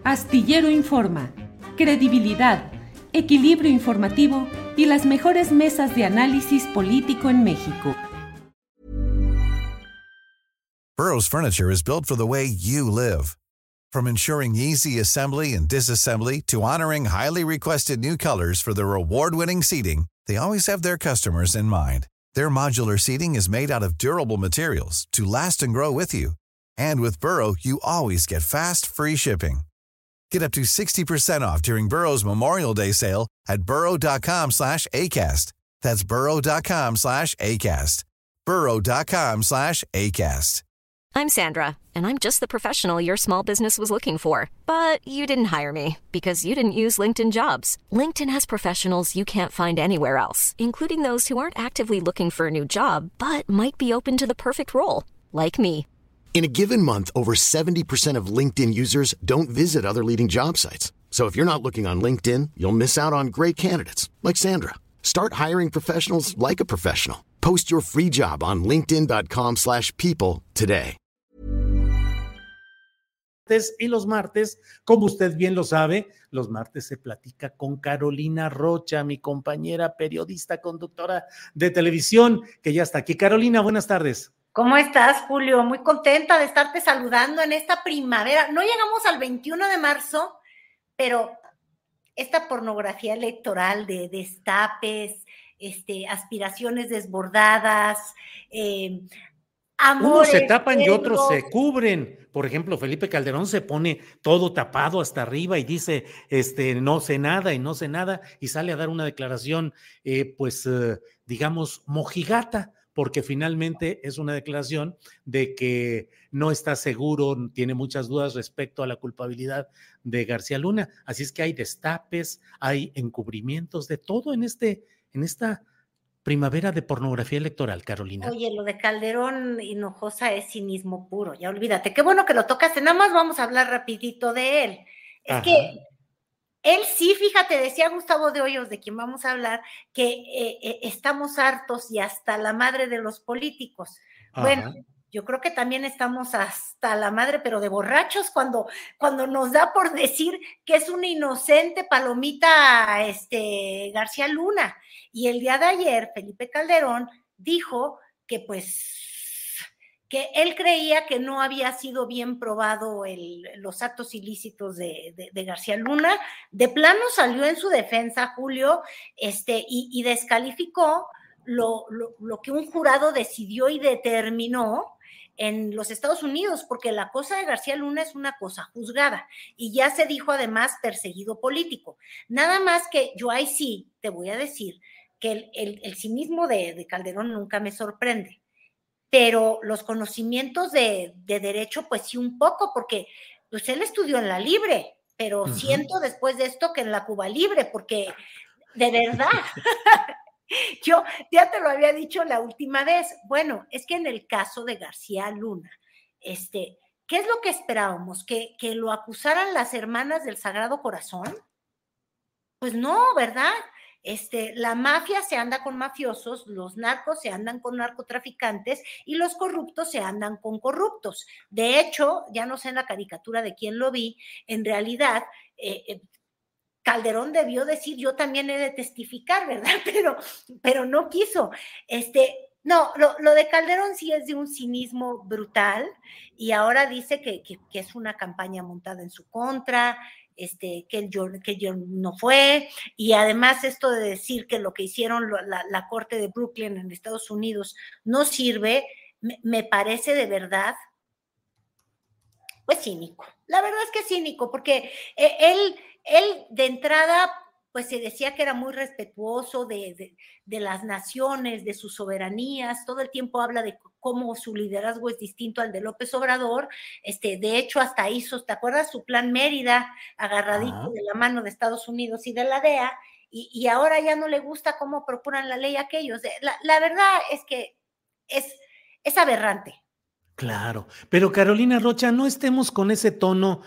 Astillero Informa, credibilidad, equilibrio informativo y las mejores mesas de análisis político en México. Burrow's furniture is built for the way you live. From ensuring easy assembly and disassembly to honoring highly requested new colors for their award-winning seating, they always have their customers in mind. Their modular seating is made out of durable materials to last and grow with you. And with Burrow, you always get fast, free shipping. Get up to 60% off during Burrow's Memorial Day sale at burrow.com/ACAST. That's burrow.com/ACAST. burrow.com/ACAST. I'm Sandra, and I'm just the professional your small business was looking for. But you didn't hire me because you didn't use LinkedIn Jobs. LinkedIn has professionals you can't find anywhere else, including those who aren't actively looking for a new job, but might be open to the perfect role, like me. In a given month, over 70% of LinkedIn users don't visit other leading job sites. So if you're not looking on LinkedIn, you'll miss out on great candidates like Sandra. Start hiring professionals like a professional. Post your free job on linkedin.com/people today. Y los martes, como usted bien lo sabe, los martes se platica con Carolina Rocha, mi compañera periodista, conductora de televisión, que ya está aquí. Carolina, buenas tardes. ¿Cómo estás, Julio? Muy contenta de estarte saludando en esta primavera. No llegamos al 21 de marzo, pero esta pornografía electoral de destapes, aspiraciones desbordadas, amores. Unos se tapan y otros se cubren. Por ejemplo, Felipe Calderón se pone todo tapado hasta arriba y dice, no sé nada y no sé nada, y sale a dar una declaración, digamos, mojigata, porque finalmente es una declaración de que no está seguro, tiene muchas dudas respecto a la culpabilidad de García Luna. Así es que hay destapes, hay encubrimientos, de todo en esta primavera de pornografía electoral, Carolina. Oye, lo de Calderón Hinojosa es cinismo puro, ya olvídate. Qué bueno que lo tocaste, nada más vamos a hablar rapidito de él. Es que él sí, fíjate, decía Gustavo de Hoyos, de quien vamos a hablar, que estamos hartos y hasta la madre de los políticos. Bueno, yo creo que también estamos hasta la madre, pero de borrachos, cuando nos da por decir que es una inocente palomita García Luna. Y el día de ayer, Felipe Calderón dijo que que él creía que no había sido bien probado los actos ilícitos de García Luna. De plano salió en su defensa, Julio, y descalificó lo que un jurado decidió y determinó en los Estados Unidos, porque la cosa de García Luna es una cosa juzgada, y ya se dijo además perseguido político. Nada más que yo ahí sí te voy a decir que el cinismo de Calderón nunca me sorprende, pero los conocimientos de derecho, pues sí un poco, porque pues él estudió en la Libre, pero siento después de esto que en la Cuba Libre, porque de verdad, yo ya te lo había dicho la última vez. Bueno, es que en el caso de García Luna, ¿qué es lo que esperábamos? ¿Que lo acusaran las hermanas del Sagrado Corazón? Pues no, ¿verdad? La mafia se anda con mafiosos, los narcos se andan con narcotraficantes y los corruptos se andan con corruptos. De hecho, ya no sé en la caricatura de quién lo vi, en realidad Calderón debió decir yo también he de testificar, ¿verdad? Pero no quiso. No, lo de Calderón sí es de un cinismo brutal, y ahora dice que es una campaña montada en su contra, que yo no fue, y además esto de decir que lo que hicieron la corte de Brooklyn en Estados Unidos no sirve, me parece de verdad, pues cínico. La verdad es que es cínico, porque él de entrada pues se decía que era muy respetuoso de las naciones, de sus soberanías, todo el tiempo habla de cómo su liderazgo es distinto al de López Obrador, de hecho hasta hizo, ¿te acuerdas? Su plan Mérida, agarradito de la mano de Estados Unidos y de la DEA, y ahora ya no le gusta cómo procuran la ley aquellos. La verdad es que es aberrante. Claro, pero Carolina Rocha, no estemos con ese tono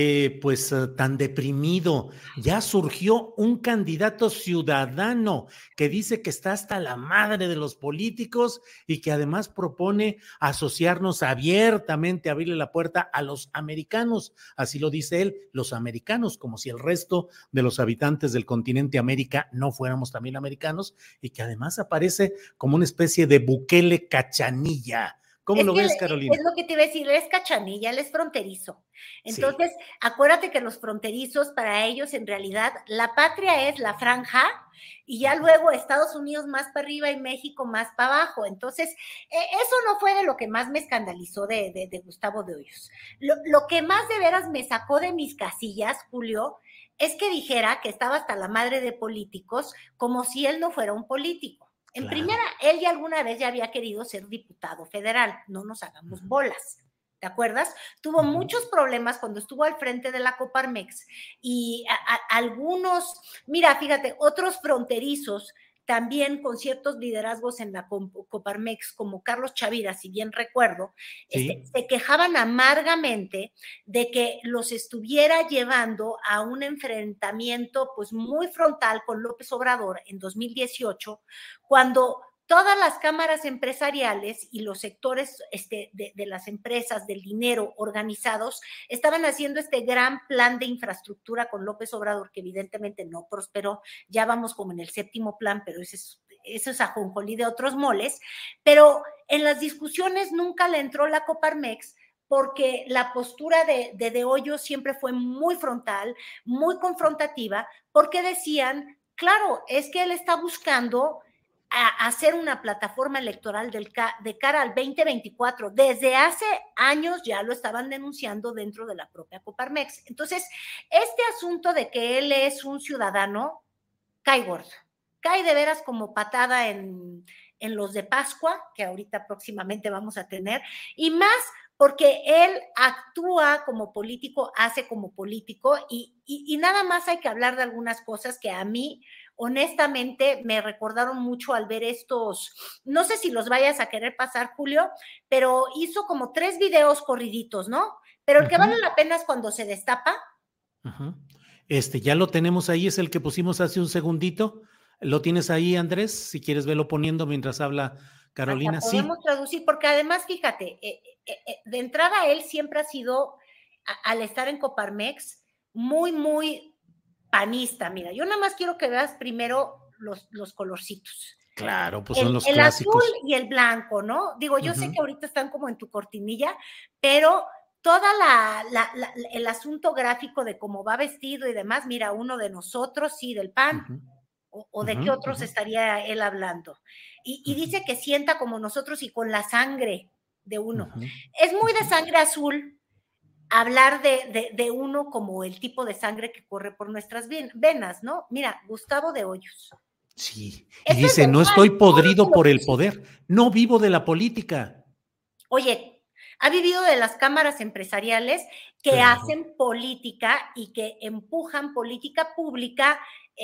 tan deprimido. Ya surgió un candidato ciudadano que dice que está hasta la madre de los políticos y que además propone asociarnos abiertamente, abrirle la puerta a los americanos. Así lo dice él, los americanos, como si el resto de los habitantes del continente América no fuéramos también americanos, y que además aparece como una especie de Bukele cachanilla. ¿Cómo lo ves, Carolina? Es lo que te iba a decir, él es cachanilla, él es fronterizo. Entonces, sí. Acuérdate que los fronterizos, para ellos, en realidad, la patria es la franja y ya luego Estados Unidos más para arriba y México más para abajo. Entonces, eso no fue de lo que más me escandalizó de Gustavo de Hoyos. Lo que más de veras me sacó de mis casillas, Julio, es que dijera que estaba hasta la madre de políticos como si él no fuera un político. En primera, él ya alguna vez ya había querido ser diputado federal, no nos hagamos bolas, ¿te acuerdas? Tuvo muchos problemas cuando estuvo al frente de la Coparmex y algunos, mira, fíjate, otros fronterizos también con ciertos liderazgos en la Coparmex, como Carlos Chavira, si bien recuerdo, ¿sí? Se quejaban amargamente de que los estuviera llevando a un enfrentamiento pues muy frontal con López Obrador en 2018, cuando todas las cámaras empresariales y los sectores de las empresas, del dinero organizados, estaban haciendo este gran plan de infraestructura con López Obrador, que evidentemente no prosperó. Ya vamos como en el 7º plan, pero eso es ajonjolí de otros moles. Pero en las discusiones nunca le entró la Coparmex, porque la postura de Hoyos siempre fue muy frontal, muy confrontativa, porque decían, claro, es que él está buscando a hacer una plataforma electoral de cara al 2024. Desde hace años ya lo estaban denunciando dentro de la propia Coparmex. Entonces, este asunto de que él es un ciudadano cae gordo, cae de veras como patada en los de Pascua, que ahorita próximamente vamos a tener, y más porque él actúa como político, hace como político, y nada más hay que hablar de algunas cosas que a mí honestamente me recordaron mucho al ver estos, no sé si los vayas a querer pasar, Julio, pero hizo como 3 videos corriditos, ¿no? Pero el que vale la pena es cuando se destapa. Ya lo tenemos ahí, es el que pusimos hace un segundito. ¿Lo tienes ahí, Andrés? Si quieres verlo poniendo mientras habla Carolina. Hasta podemos traducir, porque además, fíjate, de entrada él siempre ha sido, al estar en Coparmex, muy, muy panista. Mira, yo nada más quiero que veas primero los colorcitos. Claro, pues son los clásicos. El azul y el blanco, ¿no? Digo, yo sé que ahorita están como en tu cortinilla, pero toda el asunto gráfico de cómo va vestido y demás, mira, uno de nosotros, sí, del PAN, o de qué otros estaría él hablando. Y dice que sienta como nosotros y con la sangre de uno. Es muy de sangre azul hablar de uno como el tipo de sangre que corre por nuestras venas, ¿no? Mira, Gustavo de Hoyos. Sí, y dice, no estoy podrido por el poder, no vivo de la política. Oye, ha vivido de las cámaras empresariales que hacen política y que empujan política pública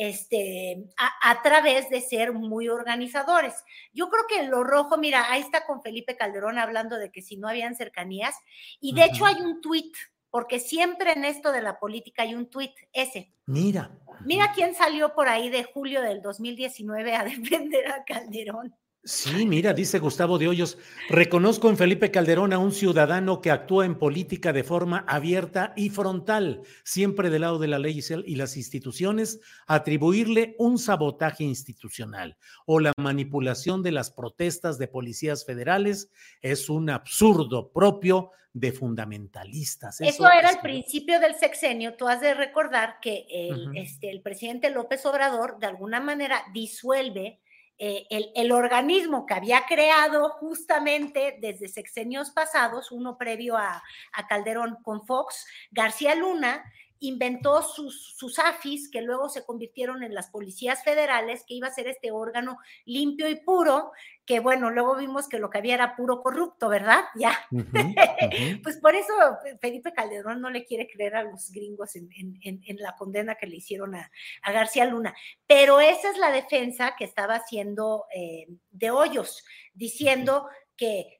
a través de ser muy organizadores. Yo creo que en lo rojo, mira, ahí está con Felipe Calderón hablando de que si no habían cercanías, y de hecho hay un tuit, porque siempre en esto de la política hay un tuit, ese. Mira quién salió por ahí de julio del 2019 a defender a Calderón. Sí, mira, dice Gustavo de Hoyos, reconozco en Felipe Calderón a un ciudadano que actúa en política de forma abierta y frontal, siempre del lado de la ley y las instituciones. Atribuirle un sabotaje institucional o la manipulación de las protestas de policías federales es un absurdo propio de fundamentalistas. Eso era el principio del sexenio. Tú has de recordar que el presidente López Obrador de alguna manera disuelve el organismo que había creado justamente desde sexenios pasados, uno previo a Calderón con Fox. García Luna inventó sus AFIS, que luego se convirtieron en las policías federales, que iba a ser este órgano limpio y puro, que bueno, luego vimos que lo que había era puro corrupto, ¿verdad? Ya. Pues por eso Felipe Calderón no le quiere creer a los gringos en la condena que le hicieron a García Luna. Pero esa es la defensa que estaba haciendo de Hoyos, diciendo que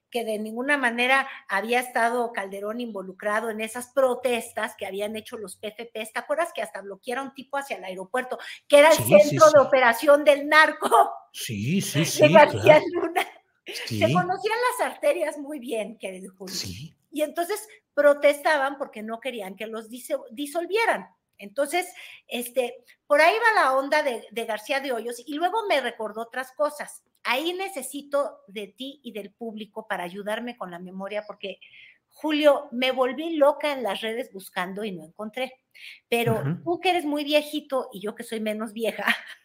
que de ninguna manera había estado Calderón involucrado en esas protestas que habían hecho los PFPs. ¿Te acuerdas que hasta bloquearon tipo hacia el aeropuerto, que era el centro de operación del narco? Sí, de García Luna. Sí. Se conocían las arterias muy bien, querido Julio. Sí. Y entonces protestaban porque no querían que los disolvieran. Entonces, por ahí va la onda de García de Hoyos, y luego me recordó otras cosas. Ahí necesito de ti y del público para ayudarme con la memoria, porque, Julio, me volví loca en las redes buscando y no encontré. Pero tú que eres muy viejito y yo que soy menos vieja,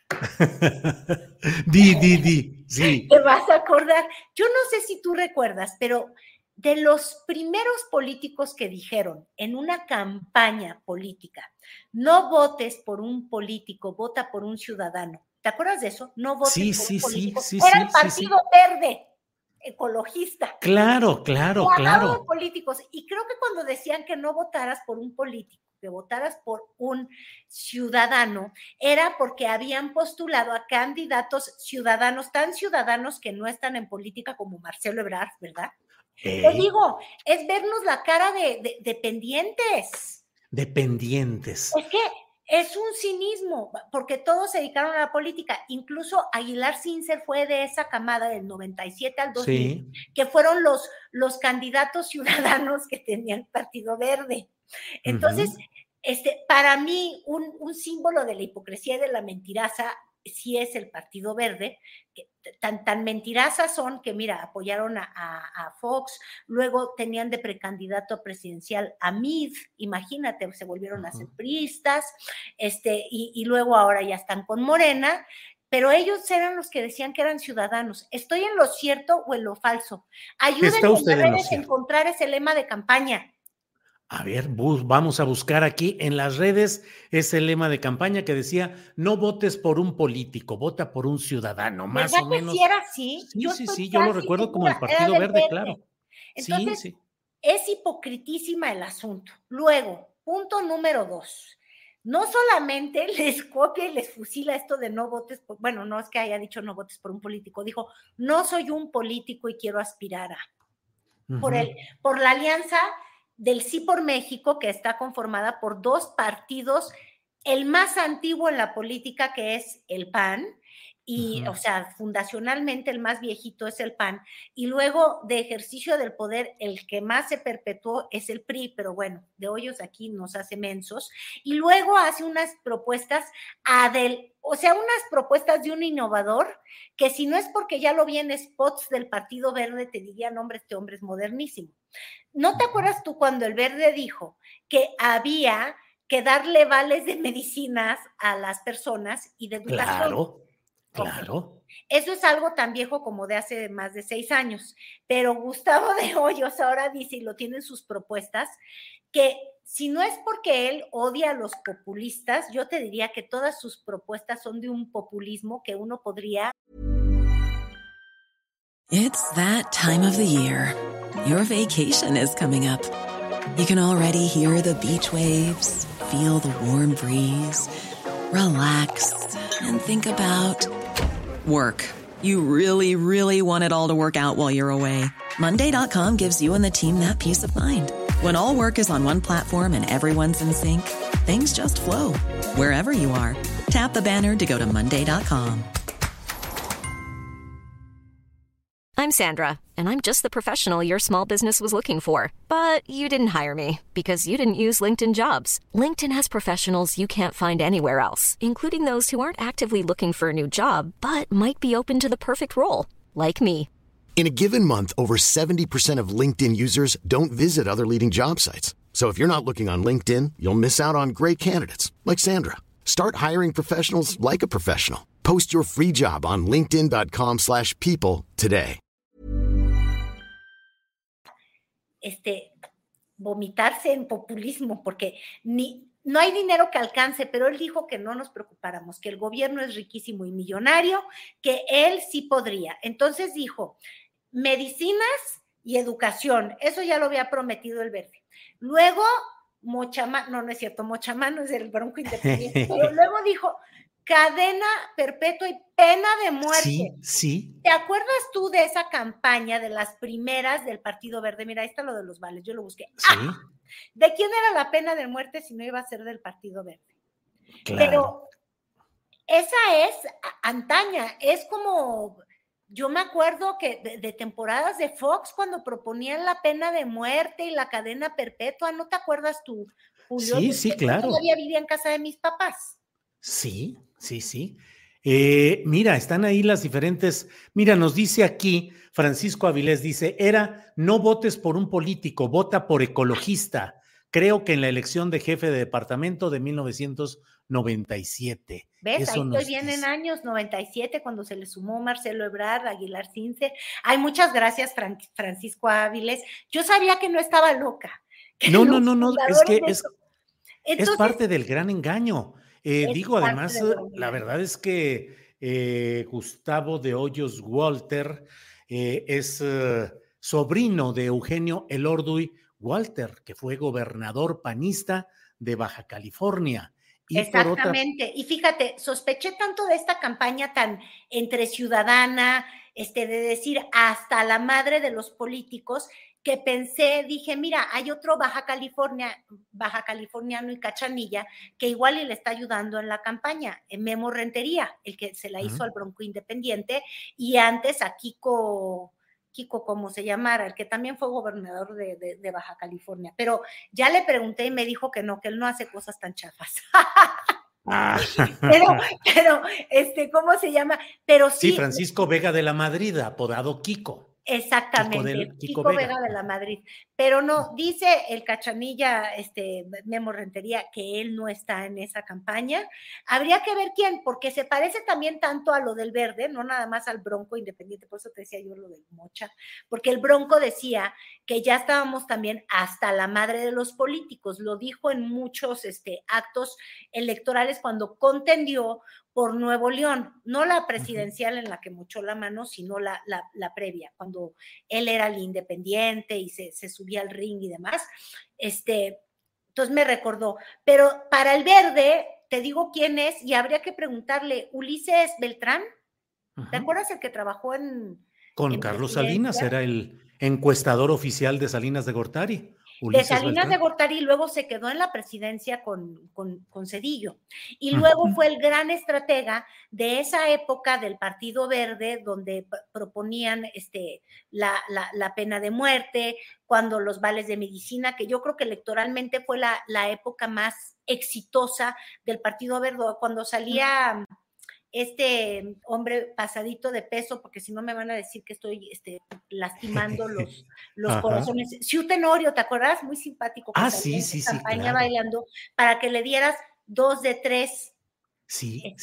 sí. Te vas a acordar. Yo no sé si tú recuerdas, pero de los primeros políticos que dijeron en una campaña política, no votes por un político, vota por un ciudadano. ¿Te acuerdas de eso? No votes por un político. Era el Partido Verde, ecologista. Claro. De políticos. Y creo que cuando decían que no votaras por un político, que votaras por un ciudadano, era porque habían postulado a candidatos ciudadanos, tan ciudadanos que no están en política como Marcelo Ebrard, ¿verdad? Te digo, es vernos la cara de pendientes. Dependientes. Es que es un cinismo, porque todos se dedicaron a la política. Incluso Aguilar Sincer fue de esa camada del 97 al 2000, que fueron los candidatos ciudadanos que tenía el Partido Verde. Entonces, para mí, un símbolo de la hipocresía y de la mentiraza sí es el Partido Verde, que tan mentirazas son que, mira, apoyaron a Fox, luego tenían de precandidato presidencial a Mid, imagínate, se volvieron a ser priistas, y luego ahora ya están con Morena, pero ellos eran los que decían que eran ciudadanos. ¿Estoy en lo cierto o en lo falso? Ayúdenme a redes a encontrar ese lema de campaña. A ver, vamos a buscar aquí en las redes ese lema de campaña que decía: no votes por un político, vota por un ciudadano, más o menos. ¿Verdad que sí era así? Sí, yo lo recuerdo como el Partido Verde, claro. Entonces, es hipocritísima el asunto. Luego, punto número 2. No solamente les copia y les fusila esto de no votes por, bueno, no es que haya dicho no votes por un político, dijo, no soy un político y quiero aspirar a. Por la alianza del Sí por México, que está conformada por dos partidos, el más antiguo en la política, que es el PAN, y, o sea, fundacionalmente el más viejito es el PAN, y luego de ejercicio del poder, el que más se perpetuó es el PRI, pero bueno, de Hoyos aquí nos hace mensos, y luego hace unas propuestas unas propuestas de un innovador, que si no es porque ya lo vi en spots del Partido Verde, te dirían, hombre, este hombre es modernísimo. ¿No te acuerdas tú cuando el Verde dijo que había que darle vales de medicinas a las personas y de educación? Claro. Okay. Eso es algo tan viejo como de hace más de 6 años, pero Gustavo de Hoyos ahora dice, y lo tiene en sus propuestas, que si no es porque él odia a los populistas, yo te diría que todas sus propuestas son de un populismo que uno podría... It's that time of the year. Your vacation is coming up. You can already hear the beach waves, feel the warm breeze, relax, and think about work. You really, really want it all to work out while you're away. Monday.com gives you and the team that peace of mind. When all work is on one platform and everyone's in sync, things just flow. Wherever you are, tap the banner to go to Monday.com. I'm Sandra, and I'm just the professional your small business was looking for. But you didn't hire me because you didn't use LinkedIn Jobs. LinkedIn has professionals you can't find anywhere else, including those who aren't actively looking for a new job, but might be open to the perfect role, like me. In a given month, over 70% of LinkedIn users don't visit other leading job sites. So if you're not looking on LinkedIn, you'll miss out on great candidates like Sandra. Start hiring professionals like a professional. Post your free job on linkedin.com/people today. Vomitarse en populismo, porque no hay dinero que alcance, pero él dijo que no nos preocupáramos, que el gobierno es riquísimo y millonario, que él sí podría. Entonces dijo, medicinas y educación, eso ya lo había prometido el Verde. Luego, Mochamán, no es cierto, Mochamán no es el Bronco Independiente, pero luego dijo, cadena perpetua y pena de muerte. Sí, sí. ¿Te acuerdas tú de esa campaña de las primeras del Partido Verde? Mira, ahí está lo de los vales, yo lo busqué. Sí. ¿De quién era la pena de muerte si no iba a ser del Partido Verde? Claro. Pero esa es antaña, es como, yo me acuerdo que de temporadas de Fox cuando proponían la pena de muerte y la cadena perpetua, ¿no te acuerdas tú, Julio? Sí, sí, claro. Yo todavía vivía en casa de mis papás. Sí, sí, sí. Mira, están ahí las diferentes. Mira, nos dice aquí Francisco Avilés, dice, no votes por un político, vota por ecologista. Creo que en la elección de jefe de departamento de 1997. ¿Ves? Eso ahí estoy bien en años, 97, cuando se le sumó Marcelo Ebrard, Aguilar Cince. Ay, muchas gracias, Francisco Avilés. Yo sabía que no estaba loca. No, es que es parte del gran engaño. Digo, además, la verdad es que Gustavo de Hoyos Walter es sobrino de Eugenio Elorduy Walter, que fue gobernador panista de Baja California. Y exactamente. Y fíjate, sospeché tanto de esta campaña tan entre ciudadana, de decir hasta la madre de los políticos, que dije, mira, hay otro baja californiano y cachanilla que igual y le está ayudando en la campaña, Memo Rentería, el que se la hizo al Bronco Independiente, y antes a Kiko, como se llamara, el que también fue gobernador de Baja California. Pero ya le pregunté y me dijo que él no hace cosas tan chafas. pero, ¿cómo se llama? Pero sí. Sí, Francisco Vega de la Madrid, apodado Kiko. Exactamente, Kiko Vega de la Madrid. Pero no, dice el cachanilla, Memo Rentería, que él no está en esa campaña. Habría que ver quién, porque se parece también tanto a lo del Verde, no nada más al Bronco Independiente, por eso te decía yo lo del Mocha, porque el Bronco decía que ya estábamos también hasta la madre de los políticos, lo dijo en muchos actos electorales cuando contendió por Nuevo León, no la presidencial en la que mochó la mano, sino la previa, cuando él era el independiente y se subía al ring y demás. Entonces me recordó, pero para el Verde, te digo quién es, y habría que preguntarle, Ulises Beltrán, ¿te acuerdas el que trabajó con Carlos Salinas? Era el encuestador oficial de Salinas de Gortari. De Salinas de Gortari, y luego se quedó en la presidencia con Zedillo. Y luego fue el gran estratega de esa época del Partido Verde, donde proponían la pena de muerte, cuando los vales de medicina, que yo creo que electoralmente fue la época más exitosa del Partido Verde, cuando salía este hombre pasadito de peso, porque si no me van a decir que estoy lastimando los corazones. Ciu Tenorio, ¿te acuerdas? Muy simpático. Sí, campaña claro. Bailando, para que le dieras 2 de 3 sí.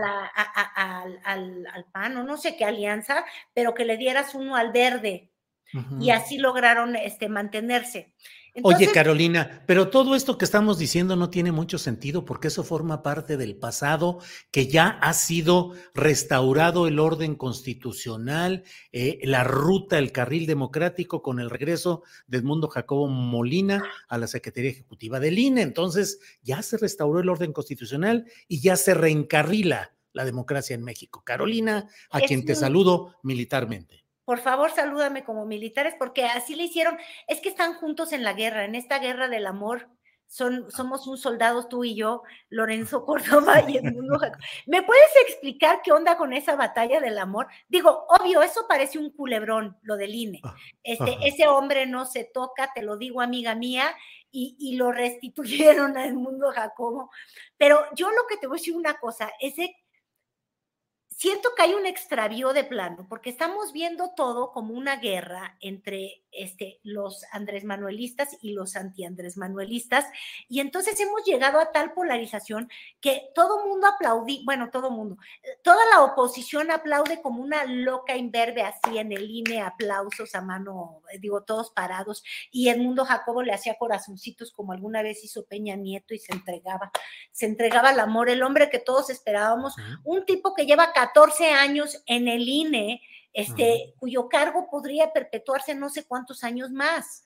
al PAN, o no sé qué alianza, pero que le dieras 1 al Verde. Y así lograron mantenerse. Entonces, oye, Carolina, pero todo esto que estamos diciendo no tiene mucho sentido porque eso forma parte del pasado, que ya ha sido restaurado el orden constitucional, la ruta, el carril democrático con el regreso de Edmundo Jacobo Molina a la Secretaría Ejecutiva del INE. Entonces ya se restauró el orden constitucional y ya se reencarrila la democracia en México. Carolina, a quien te saludo militarmente. Por favor, salúdame como militares, porque así le hicieron. Es que están juntos en la guerra, en esta guerra del amor. Somos un soldado tú y yo, Lorenzo Córdoba y Edmundo Jacobo. ¿Me puedes explicar qué onda con esa batalla del amor? Digo, obvio, eso parece un culebrón, lo del INE. Ese hombre no se toca, te lo digo, amiga mía, y lo restituyeron a Edmundo Jacobo. Pero yo lo que te voy a decir una cosa, siento que hay un extravío de plano, porque estamos viendo todo como una guerra entre los Andrés Manuelistas y los anti-Andrés Manuelistas, y entonces hemos llegado a tal polarización que todo mundo toda la oposición aplaude como una loca imberbe, así en el INE, aplausos a mano, todos parados, y Edmundo Jacobo le hacía corazoncitos como alguna vez hizo Peña Nieto y se entregaba al amor, el hombre que todos esperábamos, un tipo que lleva 14 años en el INE, cuyo cargo podría perpetuarse no sé cuántos años más.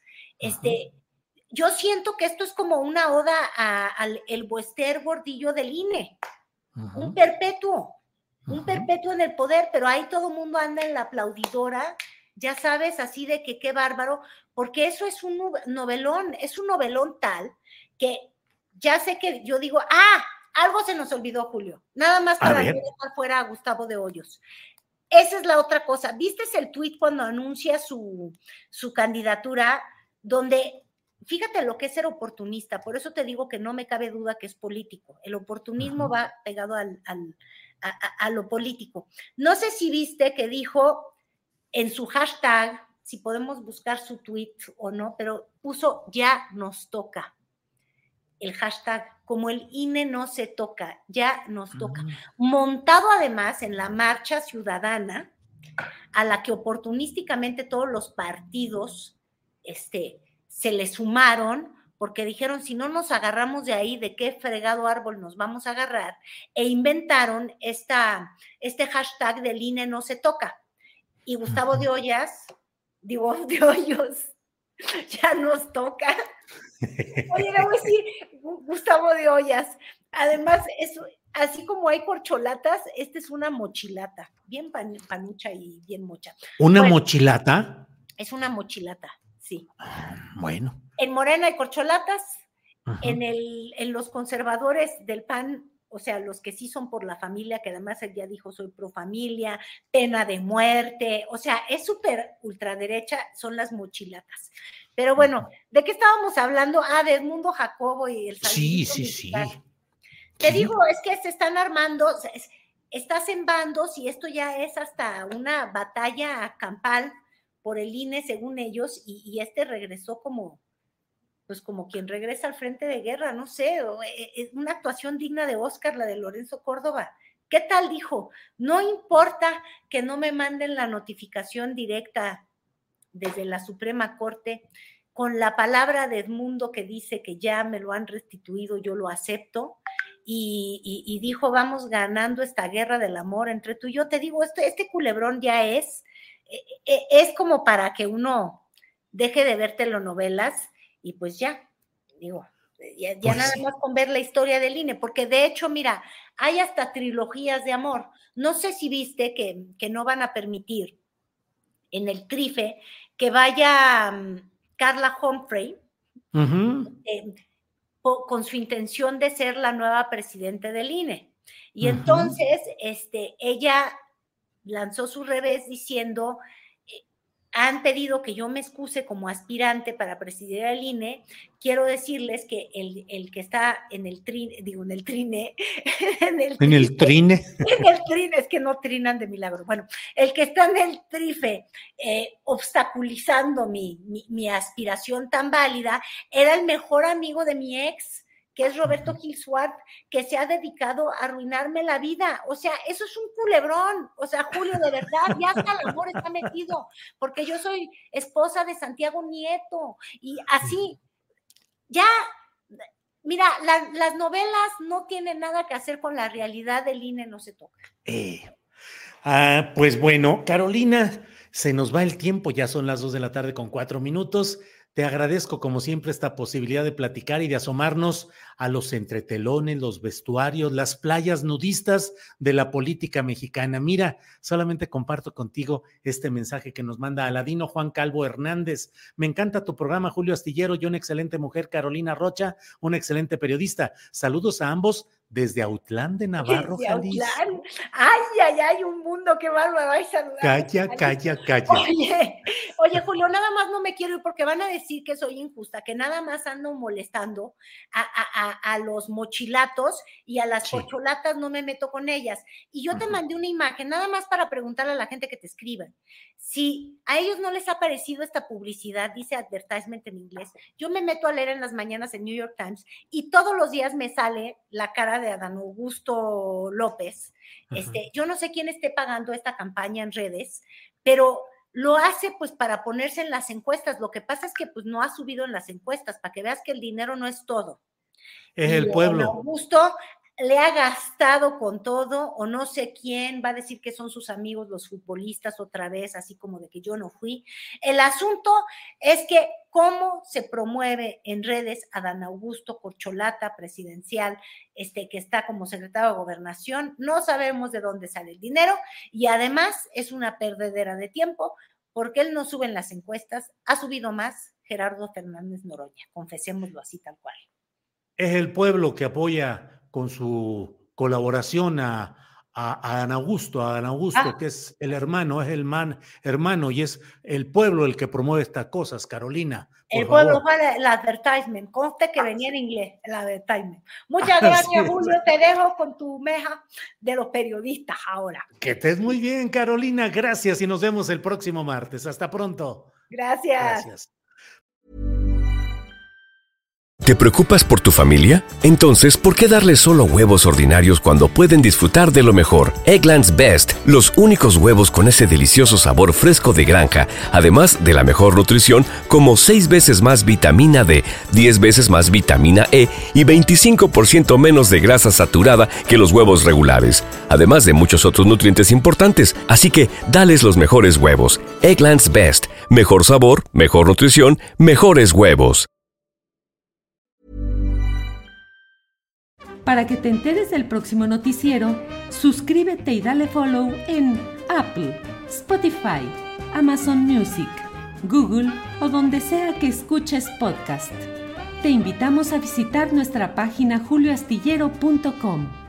Yo siento que esto es como una oda al Buester Gordillo del INE. un perpetuo en el poder, pero ahí todo el mundo anda en la aplaudidora, ya sabes, así de que qué bárbaro, porque eso es un novelón tal que ya sé que yo digo, algo se nos olvidó, Julio, nada más para no dejar fuera a Gustavo de Hoyos. Esa es la otra cosa. ¿Viste el tuit cuando anuncia su candidatura, donde, fíjate lo que es ser oportunista, por eso te digo que no me cabe duda que es político, el oportunismo va pegado a lo político. No sé si viste que dijo en su hashtag, si podemos buscar su tweet o no, pero puso ya nos toca. El hashtag, como el INE no se toca, ya nos toca. Montado además en la marcha ciudadana a la que oportunísticamente todos los partidos se le sumaron, porque dijeron, si no nos agarramos de ahí, ¿de qué fregado árbol nos vamos a agarrar? E inventaron este hashtag del INE no se toca. Y Gustavo de Hoyos, ya nos toca. Oye, le voy a decir, Gustavo de Hoyos, además, así como hay corcholatas, esta es una mochilata, bien panucha y bien mocha. ¿Una mochilata? Es una mochilata, sí. Bueno. En Morena hay corcholatas, en los conservadores del PAN, o sea, los que sí son por la familia, que además él ya dijo, soy pro familia, pena de muerte, o sea, es súper ultraderecha, son las mochilatas. Pero bueno, ¿de qué estábamos hablando? De Edmundo Jacobo y el saludito militar. Sí. Te digo, es que se están armando, estás en bandos y esto ya es hasta una batalla campal por el INE, según ellos, y regresó como quien regresa al frente de guerra, no sé, es una actuación digna de Oscar, la de Lorenzo Córdoba. ¿Qué tal dijo? No importa que no me manden la notificación directa desde la Suprema Corte, con la palabra de Edmundo que dice que ya me lo han restituido, yo lo acepto, y dijo, vamos ganando esta guerra del amor entre tú y yo. Te digo, este culebrón ya es como para que uno deje de ver telenovelas, y pues ya, digo, ya pues nada más con ver la historia del INE, porque de hecho, mira, hay hasta trilogías de amor. No sé si viste que no van a permitir en el TRIFE que vaya Carla Humphrey con su intención de ser la nueva presidenta del INE. Y entonces ella lanzó su revés diciendo, han pedido que yo me excuse como aspirante para presidir el INE. Quiero decirles que el que está en el trine, es que no trinan de milagro. Bueno, el que está en el trife obstaculizando mi aspiración tan válida era el mejor amigo de mi ex, que es Roberto Gil Suárez, que se ha dedicado a arruinarme la vida. O sea, eso es un culebrón. O sea, Julio, de verdad, ya hasta el amor está metido, porque yo soy esposa de Santiago Nieto, y así, ya, mira, las novelas no tienen nada que hacer con la realidad del INE, no se toca. Pues bueno, Carolina, se nos va el tiempo, ya son las 2:04 p.m. Te agradezco, como siempre, esta posibilidad de platicar y de asomarnos a los entretelones, los vestuarios, las playas nudistas de la política mexicana. Mira, solamente comparto contigo este mensaje que nos manda Aladino Juan Calvo Hernández. Me encanta tu programa, Julio Astillero, y una excelente mujer, Carolina Rocha, una excelente periodista. Saludos a ambos desde Autlán de Navarro, Jalisco. Ay, un mundo, qué bárbaro. Ay, saludar. Calla. Oye, Julio, nada más no me quiero ir porque van a decir que soy injusta, que nada más ando molestando a los mochilatos, y a las corcholatas no me meto con ellas. Y yo te mandé una imagen, nada más para preguntarle a la gente que te escriban. Si a ellos no les ha parecido esta publicidad, dice advertisement en inglés, yo me meto a leer en las mañanas en New York Times y todos los días me sale la cara de Adán Augusto López. Yo no sé quién esté pagando esta campaña en redes, pero lo hace pues para ponerse en las encuestas. Lo que pasa es que pues no ha subido en las encuestas, para que veas que el dinero no es todo. Es el pueblo. Augusto le ha gastado con todo, o no sé quién va a decir que son sus amigos los futbolistas otra vez, así como de que yo no fui. El asunto es que cómo se promueve en redes a Dan Augusto Corcholata, presidencial, que está como secretario de Gobernación, no sabemos de dónde sale el dinero, y además es una perdedera de tiempo, porque él no sube en las encuestas, ha subido más Gerardo Fernández Noroña, confesémoslo así tal cual. Es el pueblo que apoya con su colaboración a Dan Augusto, que es el hermano, hermano, y es el pueblo el que promueve estas cosas, Carolina. El pueblo fue el advertisement, conste que venía en inglés, el advertisement. Muchas gracias, Julio, te dejo con tu meja de los periodistas ahora. Que estés muy bien, Carolina, gracias y nos vemos el próximo martes. Hasta pronto. Gracias. ¿Te preocupas por tu familia? Entonces, ¿por qué darles solo huevos ordinarios cuando pueden disfrutar de lo mejor? Eggland's Best, los únicos huevos con ese delicioso sabor fresco de granja, además de la mejor nutrición, como 6 veces más vitamina D, 10 veces más vitamina E y 25% menos de grasa saturada que los huevos regulares, además de muchos otros nutrientes importantes. Así que, dales los mejores huevos. Eggland's Best, mejor sabor, mejor nutrición, mejores huevos. Para que te enteres del próximo noticiero, suscríbete y dale follow en Apple, Spotify, Amazon Music, Google o donde sea que escuches podcast. Te invitamos a visitar nuestra página julioastillero.com.